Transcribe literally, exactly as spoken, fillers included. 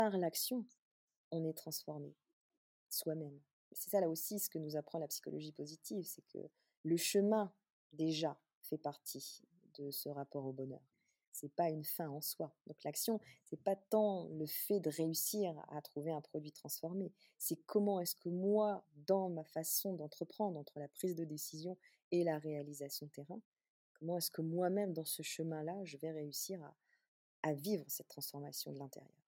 par l'action, on est transformé soi-même. C'est ça là aussi ce que nous apprend la psychologie positive, c'est que le chemin déjà fait partie de ce rapport au bonheur. C'est pas une fin en soi. Donc l'action, c'est pas tant le fait de réussir à trouver un produit transformé, c'est comment est-ce que moi, dans ma façon d'entreprendre, entre la prise de décision et la réalisation terrain, comment est-ce que moi-même dans ce chemin-là, je vais réussir à à vivre cette transformation de l'intérieur.